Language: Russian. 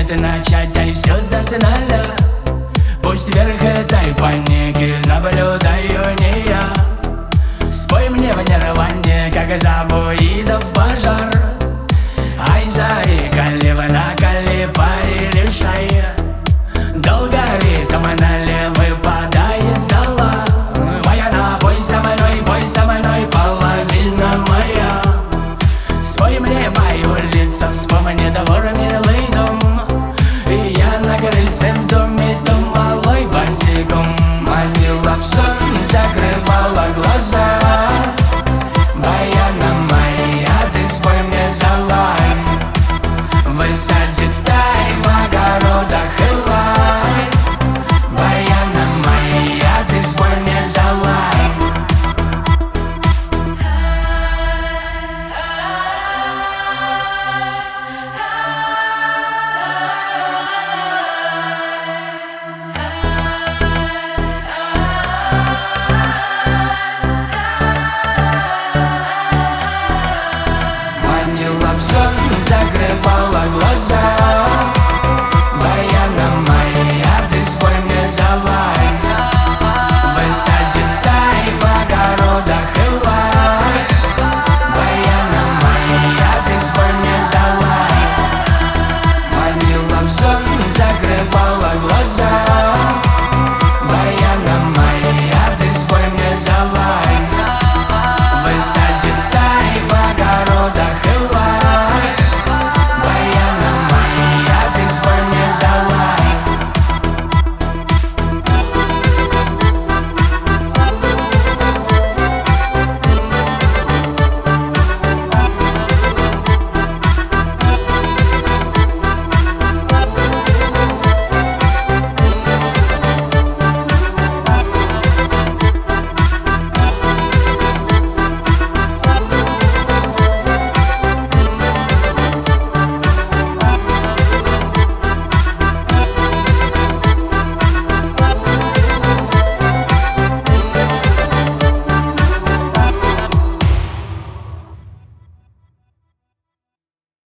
хочет начать, дай все до финала. Пусть вверх этой паники наблюдаю не я. Спой мне в нирване, как забуидов пожар. Ай, заикали, накали, парили шай. Долго ритм налево выпадает зала. Моя, бой со мной, половина моя. Спой мне мою лицо, вспомни двор, милый дом. И я на крыльце в доме, дом малой босиком. Манила в сон, закрывала глаза. Баяна моя, ты спой мне за лайф. Высадит тай в огородах и лайф. Баяна моя, ты спой мне за лайф. Манила в сон, закрывала глаза.